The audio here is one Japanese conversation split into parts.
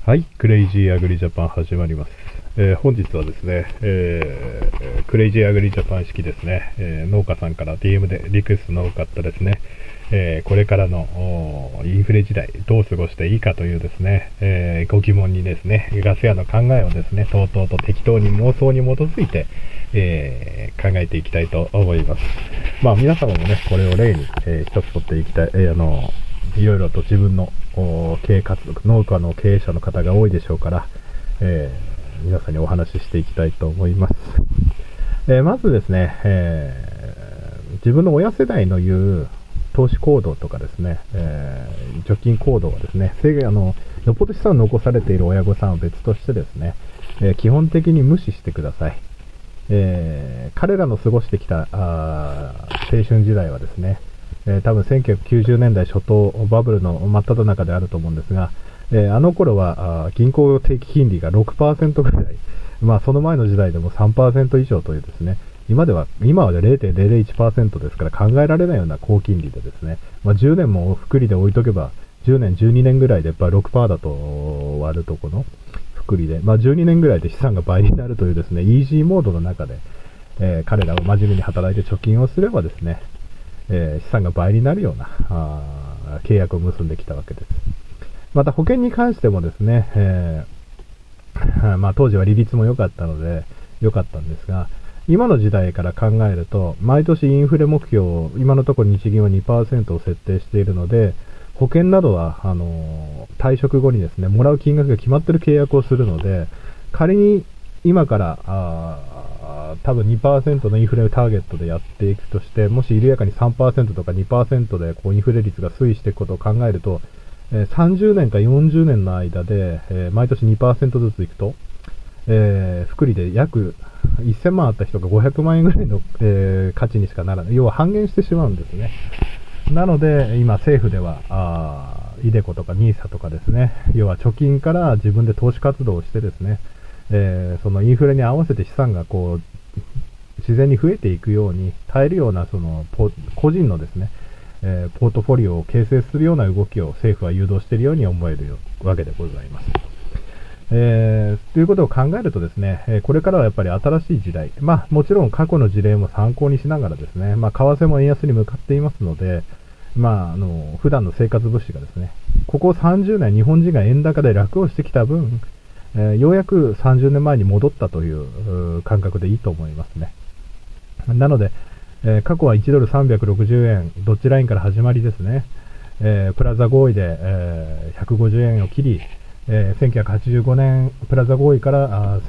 はい、クレイジーアグリジャパン始まります。本日はですね、クレイジーアグリジャパン式ですね、農家さんから DM でリクエストの多かったですね、これからのインフレ時代どう過ごしていいかというですね、ご疑問にですね、ガス屋の考えをですね、とうとうと適当に妄想に基づいて、考えていきたいと思います。まあ皆様もね、これを例に、一つ取っていきたい、いろいろと自分の経営活動、農家の経営者の方が多いでしょうから、皆さんにお話ししていきたいと思います。まずですね、自分の親世代の言う投資行動とかですね、貯金行動はですね、よっぽど資産を残されている親御さんは別としてですね、基本的に無視してください。彼らの過ごしてきた青春時代はですね、多分1990年代初頭、バブルの真っ只中であると思うんですが、あの頃は銀行定期金利が 6% ぐらい、まあその前の時代でも 3% 以上というですね、今は 0.001% ですから考えられないような高金利でですね、まあ10年も複利で置いとけば、10年、12年ぐらいでやっぱり 6% だと割るとこの複利で、まあ12年ぐらいで資産が倍になるというですね、イージーモードの中で、彼らは真面目に働いて貯金をすればですね、資産が倍になるような契約を結んできたわけです。また保険に関してもですね、まあ当時は利率も良かったので良かったんですが、今の時代から考えると毎年インフレ目標を今のところ日銀は 2% を設定しているので、保険などは退職後にですねもらう金額が決まっている契約をするので、仮に今から多分 2% のインフレをターゲットでやっていくとして、もし緩やかに 3% とか 2% でこうインフレ率が推移していくことを考えると、30年か40年の間で、毎年 2% ずついくと、複利で約1000万あった人が500万円ぐらいの、価値にしかならない。要は半減してしまうんですね。なので、今政府では、イデコとかニーサとかですね、要は貯金から自分で投資活動をしてですね、そのインフレに合わせて資産がこう、自然に増えていくように耐えるようなその個人のですね、ポートフォリオを形成するような動きを政府は誘導しているように思えるわけでございます。ということを考えるとですね、これからはやっぱり新しい時代、まあもちろん過去の事例も参考にしながらですね、まあ為替も円安に向かっていますので、まあ普段の生活物資がですね、ここ30年日本人が円高で楽をしてきた分、ようやく30年前に戻ったという感覚でいいと思いますね。なので、過去は1ドル360円、ドッジラインから始まりですね、プラザ合意で、150円を切り、1985年プラザ合意から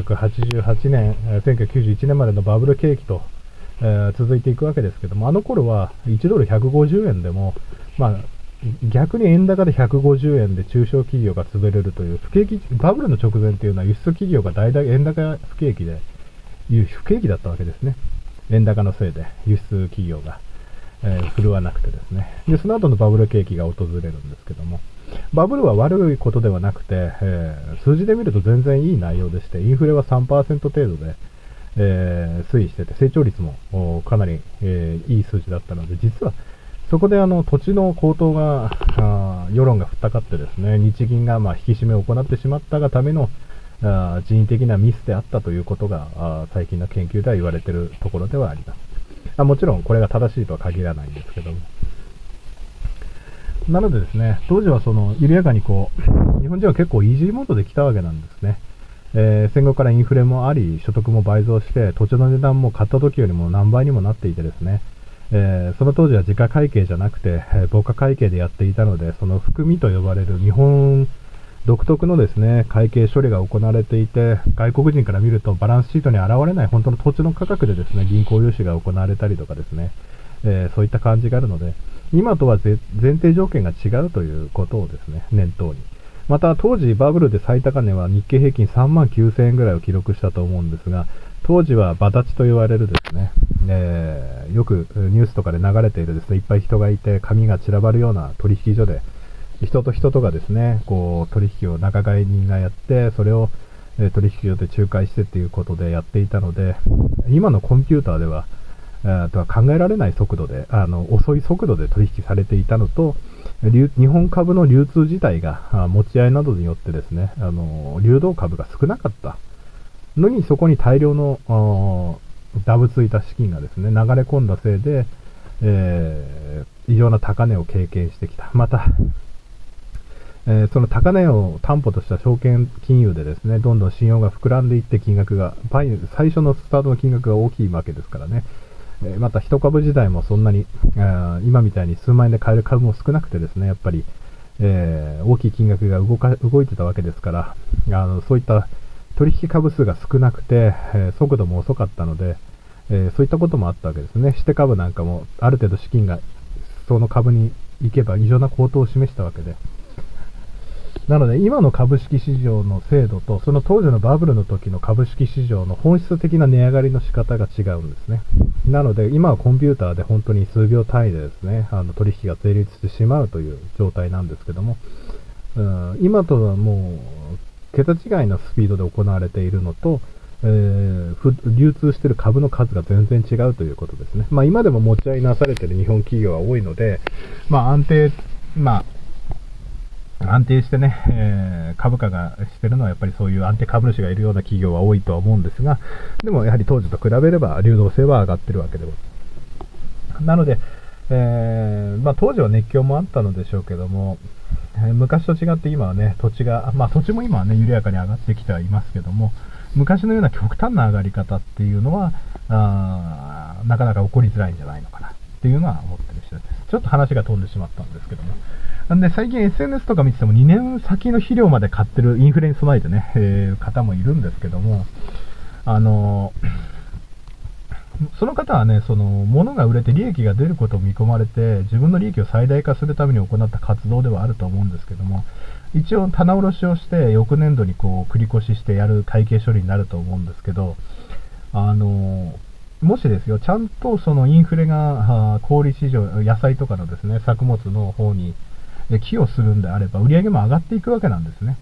1988年、1991年までのバブル景気と、続いていくわけですけども、あの頃は1ドル150円でも、まあ逆に円高で150円で中小企業が潰れるという不景気、バブルの直前というのは輸出企業が大々円高不景気で、不景気だったわけですね。円高のせいで輸出企業が、振るわなくてですね。で、その後のバブル景気が訪れるんですけども、バブルは悪いことではなくて、数字で見ると全然いい内容でして、インフレは 3% 程度で、推移してて、成長率もかなり、いい数字だったので、実はそこで土地の高騰が、世論が降ったかってですね、日銀が引き締めを行ってしまったがための人為的なミスであったということが最近の研究では言われているところではあります。もちろんこれが正しいとは限らないんですけども。なのでですね、当時は緩やかに日本人は結構イージーモードで来たわけなんですね。戦後からインフレもあり、所得も倍増して、土地の値段も買った時よりも何倍にもなっていてですね、その当時は時価会計じゃなくて、母価会計でやっていたので、その含みと呼ばれる日本独特のですね、会計処理が行われていて、外国人から見るとバランスシートに現れない本当の土地の価格でですね、銀行融資が行われたりとかですね、そういった感じがあるので、今とは前提条件が違うということをですね、念頭に。また当時バブルで最高値は日経平均3万9000円ぐらいを記録したと思うんですが、当時は場立ちと言われるですね、よくニュースとかで流れているですね、いっぱい人がいて紙が散らばるような取引所で、人と人とがですね、取引を仲買人がやって、それを取引所で仲介してっていうことでやっていたので、今のコンピューターでは、とは考えられない速度で、遅い速度で取引されていたのと、 日本株の流通自体が持ち合いなどによってですね、流動株が少なかったのに、そこに大量のダブついた資金がですね、流れ込んだせいで、異常な高値を経験してきた。また、その高値を担保とした証券金融でですね、どんどん信用が膨らんでいって金額が、最初のスタートの金額が大きいわけですからね。また一株自体もそんなに、今みたいに数万円で買える株も少なくてですね、やっぱり、大きい金額が動いてたわけですから、そういった取引株数が少なくて、速度も遅かったので、そういったこともあったわけですね。して株なんかもある程度資金がその株に行けば異常な高騰を示したわけで。なので今の株式市場の制度とその当時のバブルの時の株式市場の本質的な値上がりの仕方が違うんですね。なので今はコンピューターで本当に数秒単位でですね、取引が成立してしまうという状態なんですけども、今とはもう桁違いなスピードで行われているのと、流通している株の数が全然違うということですね。まあ今でも持ち合いなされている日本企業は多いので、安定してね、株価がしてるのはやっぱりそういう安定株主がいるような企業は多いとは思うんですが、でもやはり当時と比べれば流動性は上がってるわけでございます。なので、当時は熱狂もあったのでしょうけども、昔と違って今はね、土地も今はね、緩やかに上がってきてはいますけども、昔のような極端な上がり方っていうのは、なかなか起こりづらいんじゃないのかなっていうのは思ってる人です。ちょっと話が飛んでしまったんですけども。なんで最近 SNS とか見てても2年先の肥料まで買ってるインフレに備えてね、方もいるんですけども、その方はね、物が売れて利益が出ることを見込まれて、自分の利益を最大化するために行った活動ではあると思うんですけども、一応棚卸しをして翌年度に繰り越ししてやる会計処理になると思うんですけど、もしですよ、ちゃんとそのインフレが小売市場、野菜とかのですね、作物の方に寄与するんであれば、売り上げも上がっていくわけなんですね。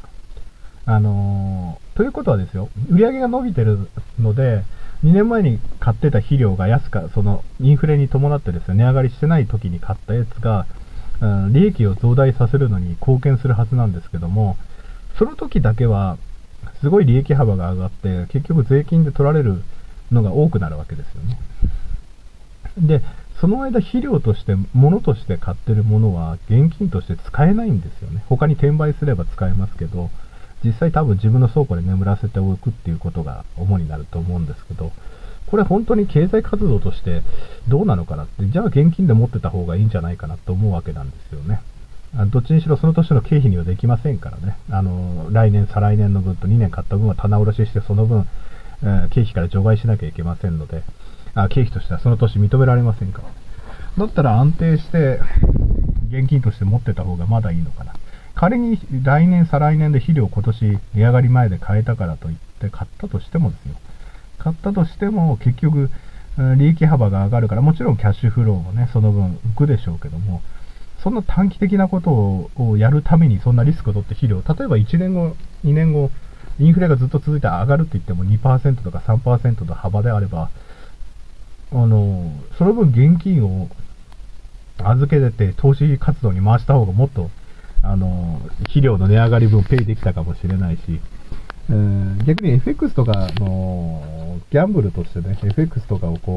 ということはですよ、売り上げが伸びてるので、2年前に買ってた肥料がそのインフレに伴ってですね、値上がりしてない時に買ったやつが、利益を増大させるのに貢献するはずなんですけども、その時だけは、すごい利益幅が上がって、結局税金で取られるのが多くなるわけですよね。で、その間肥料として、物として買ってるものは現金として使えないんですよね。他に転売すれば使えますけど、実際多分自分の倉庫で眠らせておくっていうことが主になると思うんですけど、これ本当に経済活動としてどうなのかなって、じゃあ現金で持ってた方がいいんじゃないかなと思うわけなんですよね。どっちにしろその年の経費にはできませんからね。来年、再来年の分と2年買った分は棚卸しして、その分、経費から除外しなきゃいけませんので、経費としてはその年認められませんから。だったら安定して現金として持ってた方がまだいいのかな。仮に来年、再来年で肥料今年値上がり前で買えたからといって買ったとしてもですよ。買ったとしても結局利益幅が上がるから、もちろんキャッシュフローもね、その分浮くでしょうけども、そんな短期的なことをやるためにそんなリスクを取って肥料、例えば1年後、2年後、インフレがずっと続いて上がるって言っても 2% とか 3% の幅であれば、その分現金を預けて投資活動に回した方がもっと、肥料の値上がり分ペイできたかもしれないし、逆に FX とかのギャンブルとしてね、FX とかを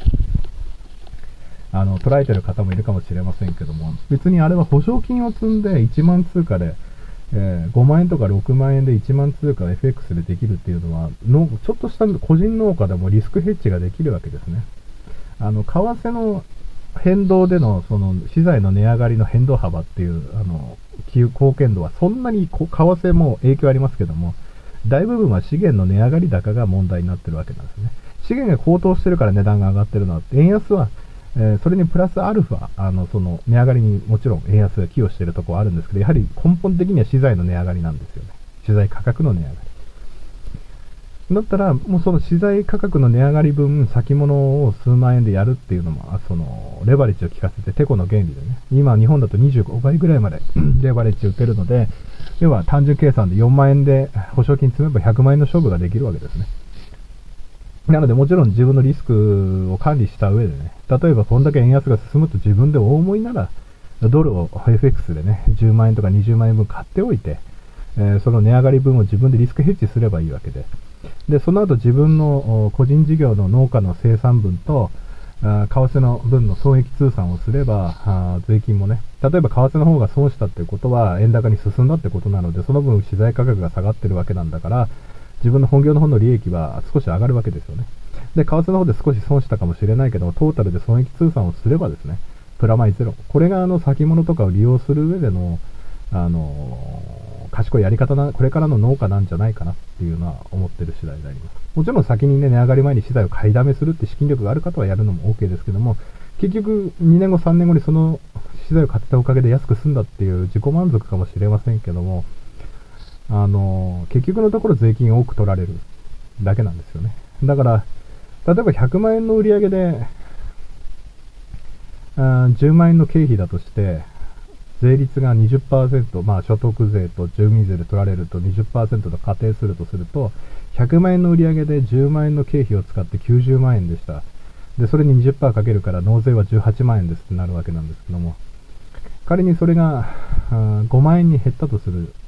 捉えてる方もいるかもしれませんけども、別にあれは保証金を積んで1万通貨で、5万円とか6万円で1万通貨 FX でできるっていうのは、ちょっとした個人農家でもリスクヘッジができるわけですね。為替の変動での、資材の値上がりの変動幅っていう、貢献度はそんなに、為替も影響ありますけども、大部分は資源の値上がり高が問題になってるわけなんですね。資源が高騰してるから値段が上がってるのは、円安は、それにプラスアルファ、値上がりにもちろん円安が寄与しているところはあるんですけど、やはり根本的には資材の値上がりなんですよね。資材価格の値上がり。だったら、もうその資材価格の値上がり分、先物を数万円でやるっていうのも、レバレッジを効かせて、テコの原理でね、今日本だと25倍ぐらいまでレバレッジ打てるので、要は単純計算で4万円で保証金積めば100万円の勝負ができるわけですね。なのでもちろん自分のリスクを管理した上でね、例えばこんだけ円安が進むと自分で大思いなら、 ドルを FX でね、10万円とか20万円分買っておいて、その値上がり分を自分でリスクヘッジすればいいわけで、で、その後自分の個人事業の農家の生産分と、為替の分の損益通算をすれば、税金もね、例えば為替の方が損したっていうことは円高に進んだってことなので、その分資材価格が下がってるわけなんだから、自分の本業の方の利益は少し上がるわけですよね。で、為替の方で少し損したかもしれないけど、トータルで損益通算をすればですね、プラマイゼロ。これが先物とかを利用する上での、賢いやり方これからの農家なんじゃないかなっていうのは思ってる次第であります。もちろん先にね、値上がり前に資材を買いだめするって資金力がある方はやるのも OK ですけども、結局2年後3年後にその資材を買ってたおかげで安く済んだっていう自己満足かもしれませんけども、結局のところ税金を多く取られるだけなんですよね。だから、例えば100万円の売り上げで、10万円の経費だとして、税率が 20%、まあ所得税と住民税で取られると 20% と仮定すると100万円の売り上げで10万円の経費を使って90万円でした。で、それに 20% かけるから納税は18万円ですってなるわけなんですけども、仮にそれが5万円に減ったとする、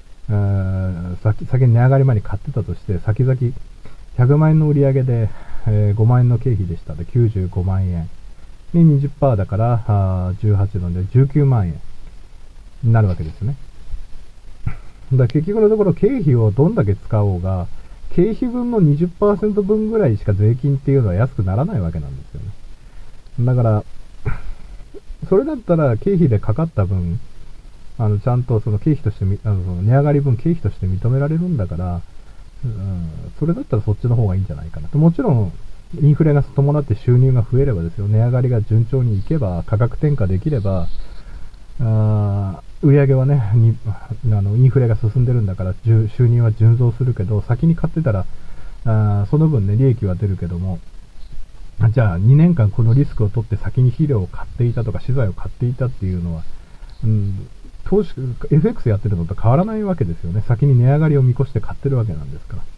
先に値上がり前に買ってたとして、先々100万円の売り上げで、5万円の経費でしたで95万円。で、20% だから、18なので19万円になるわけですよね。だから結局のところ経費をどんだけ使おうが、経費分の 20% 分ぐらいしか税金っていうのは安くならないわけなんですよね。だから、それだったら経費でかかった分、ちゃんとその経費としてその値上がり分経費として認められるんだから、それだったらそっちの方がいいんじゃないかなと。もちろん、インフレが伴って収入が増えればですよ、値上がりが順調にいけば、価格転嫁できれば、売り上げはね、インフレが進んでるんだから、収入は順増するけど、先に買ってたら、その分ね、利益は出るけども、じゃあ2年間このリスクを取って先に肥料を買っていたとか資材を買っていたっていうのは、投資、FX やってるのと変わらないわけですよね。先に値上がりを見越して買ってるわけなんですから。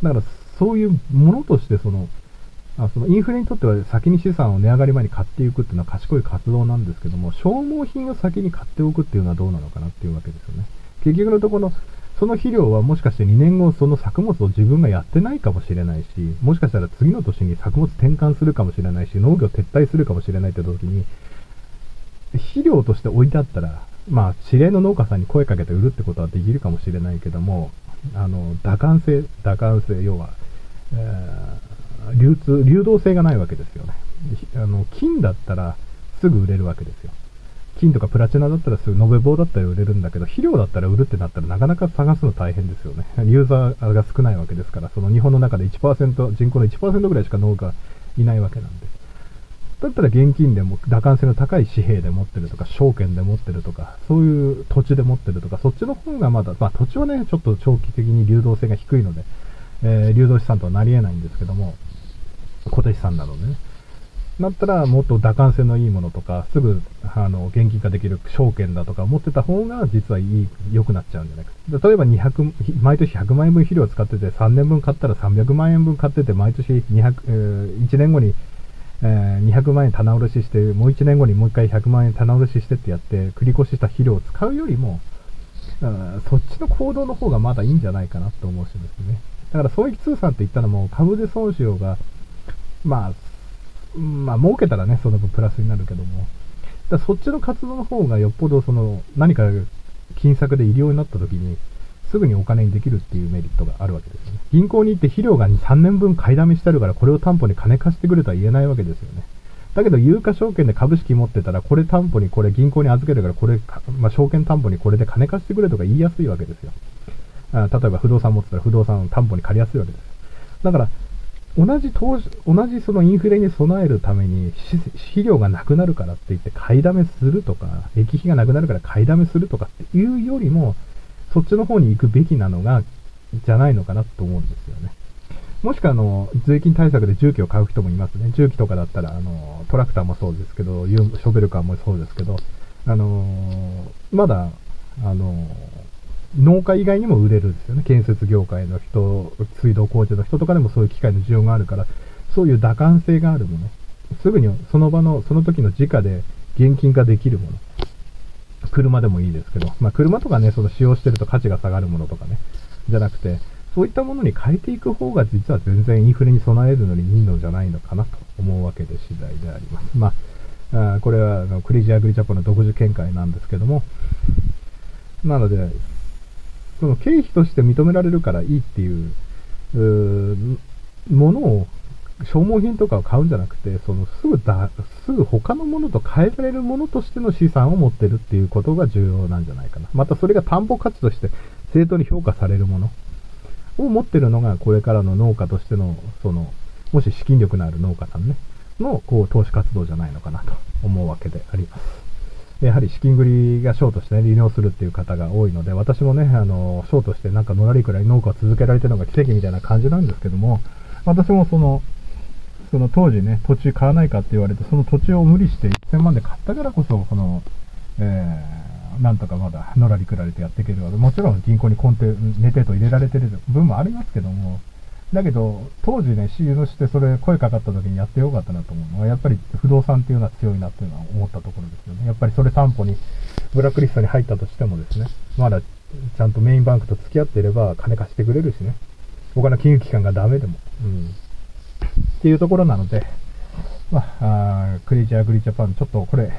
だからそういうものとしてそのインフレにとっては先に資産を値上がり前に買っていくっていうのは賢い活動なんですけども、消耗品を先に買っておくっていうのはどうなのかなっていうわけですよね。結局のところ、その肥料はもしかして2年後その作物を自分がやってないかもしれないし、もしかしたら次の年に作物転換するかもしれないし、農業撤退するかもしれないって時に、肥料として置いてあったら、まあ、知り合いの農家さんに声かけて売るってことはできるかもしれないけども、打感性、要は、流動性がないわけですよね。金だったらすぐ売れるわけですよ。金とかプラチナだったらすぐ、延べ棒だったら売れるんだけど、肥料だったら売るってなったらなかなか探すの大変ですよね。ユーザーが少ないわけですから、その日本の中で 1%、人口の 1% ぐらいしか農家いないわけなんで。だったら現金でも打感性の高い紙幣で持ってるとか、証券で持ってるとか、そういう土地で持ってるとか、そっちの方がまだ、まあ土地はね、ちょっと長期的に流動性が低いので、流動資産とはなり得ないんですけども、固定資産なのでね。だったらもっと打感性のいいものとか、すぐ現金化できる証券だとか持ってた方が実は良くなっちゃうんじゃないか。例えば毎年100万円分肥料を使ってて、3年分買ったら300万円分買ってて、毎年1年後に200万円棚卸しして、もう1年後にもう1回100万円棚卸ししてってやって、繰り越しした肥料を使うよりも、そっちの行動の方がまだいいんじゃないかなと思うしですね。だから損益通算って言ったらもう株で損しようが、まあ儲けたらね、その分プラスになるけども、だそっちの活動の方がよっぽど何か金策で医療になった時に、すぐにお金にできるっていうメリットがあるわけですよね。銀行に行って肥料が3年分買いだめしてあるから、これを担保に金貸してくれとは言えないわけですよね。だけど、有価証券で株式持ってたら、これ担保にこれ銀行に預けるから、これ、証券担保にこれで金貸してくれとか言いやすいわけですよ。例えば不動産持ってたら不動産担保に借りやすいわけです。だから、同じそのインフレに備えるために肥料がなくなるからって言って買いだめするとか、液費がなくなるから買いだめするとかっていうよりも、そっちの方に行くべきなのじゃないのかなと思うんですよね。もしくは税金対策で重機を買う人もいますね。重機とかだったら、トラクターもそうですけど、ショベルカーもそうですけど、まだ、農家以外にも売れるんですよね。建設業界の人、水道工事の人とかでもそういう機械の需要があるから、そういう打感性があるもの、すぐにその場の、その時の時価で現金化できるもの、 車でもいいですけど、車とかね、その使用してると価値が下がるものとかね、じゃなくて、そういったものに変えていく方が実は全然インフレに備えるのにいいのじゃないのかなと思うわけで次第であります。これはクレイジーアグリジャパンの独自見解なんですけども、なので、その経費として認められるからいいっていう、ものを、消耗品とかを買うんじゃなくて、すぐ他のものと変えられるものとしての資産を持ってるっていうことが重要なんじゃないかな。またそれが担保価値として正当に評価されるものを持ってるのが、これからの農家としての、もし資金力のある農家さんね、の、投資活動じゃないのかなと思うわけであります。やはり資金繰りがショートしてね、利用するっていう方が多いので、私もね、ショートしてなんかのらりくらい農家を続けられてるのが奇跡みたいな感じなんですけども、私もその当時ね、土地買わないかって言われて、その土地を無理して1000万で買ったからこそ、なんとかまだのらりくられてやっていけるわけで、もちろん銀行にネテと入れられてる分もありますけども、だけど、当時ね、私有のしてそれ声かかった時にやってよかったなと思うのは、やっぱり不動産っていうのは強いなっていうのは思ったところですよね。やっぱりそれ担保に、ブラックリストに入ったとしてもですね、まだちゃんとメインバンクと付き合っていれば金貸してくれるしね、他の金融機関がダメでも、っていうところなので、クレイジーアグリジャパン、ちょっとこれ、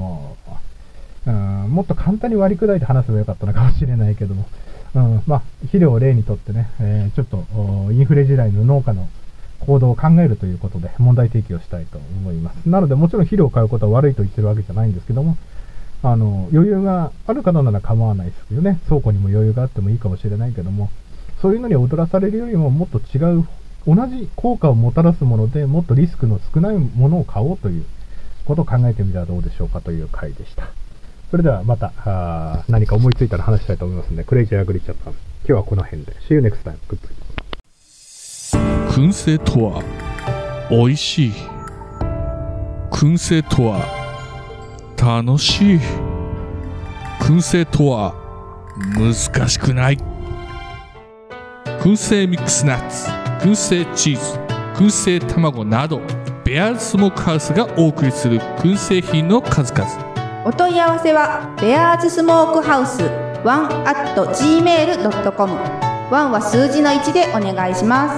もっと簡単に割り砕いて話せばよかったのかもしれないけども、肥料を例にとってね、ちょっとインフレ時代の農家の行動を考えるということで問題提起をしたいと思います。なのでもちろん肥料を買うことは悪いと言ってるわけじゃないんですけども、余裕がある方なら構わないですよね。倉庫にも余裕があってもいいかもしれないけども、そういうのに踊らされるよりももっと違う、同じ効果をもたらすものでもっとリスクの少ないものを買おうということを考えてみたらどうでしょうかという回でした。それではまた何か思いついたら話したいと思いますので、クレイジーアグリジャパン、今日はこの辺で。See you next time. Goodbye. 燻製とは美味しい。燻製とは楽しい。燻製とは難しくない。燻製ミックスナッツ、燻製チーズ、燻製卵など、ベアーズスモークハウスがお送りする燻製品の数々。 お問い合わせはベアーズスモークハウス 1@gmail.com。 1は数字の1でお願いします。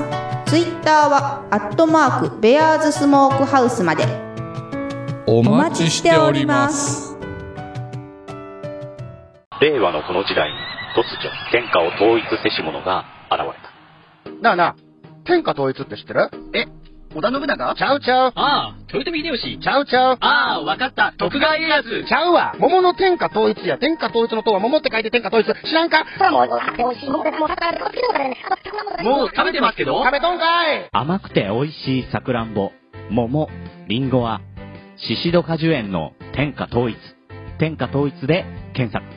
ツイッターは@ベアーズスモークハウスまでお待ちしております。 令和のこの時代に突如天下を統一せし者が現れた。 なあなあ、天下統一って知ってる？ 織田信長？ ちゃうちゃう。 ああ、豊臣秀吉？ ちゃうちゃう。 ああ、わかった。徳川家康？ ちゃうわ。桃の天下統一や。天下統一の塔は桃って書いて天下統一。知らんか？ もう食べてますけど？ 食べとんかい。 甘くて美味しいさくらんぼ、桃、りんごは、シシド果樹園の天下統一。天下統一で検索。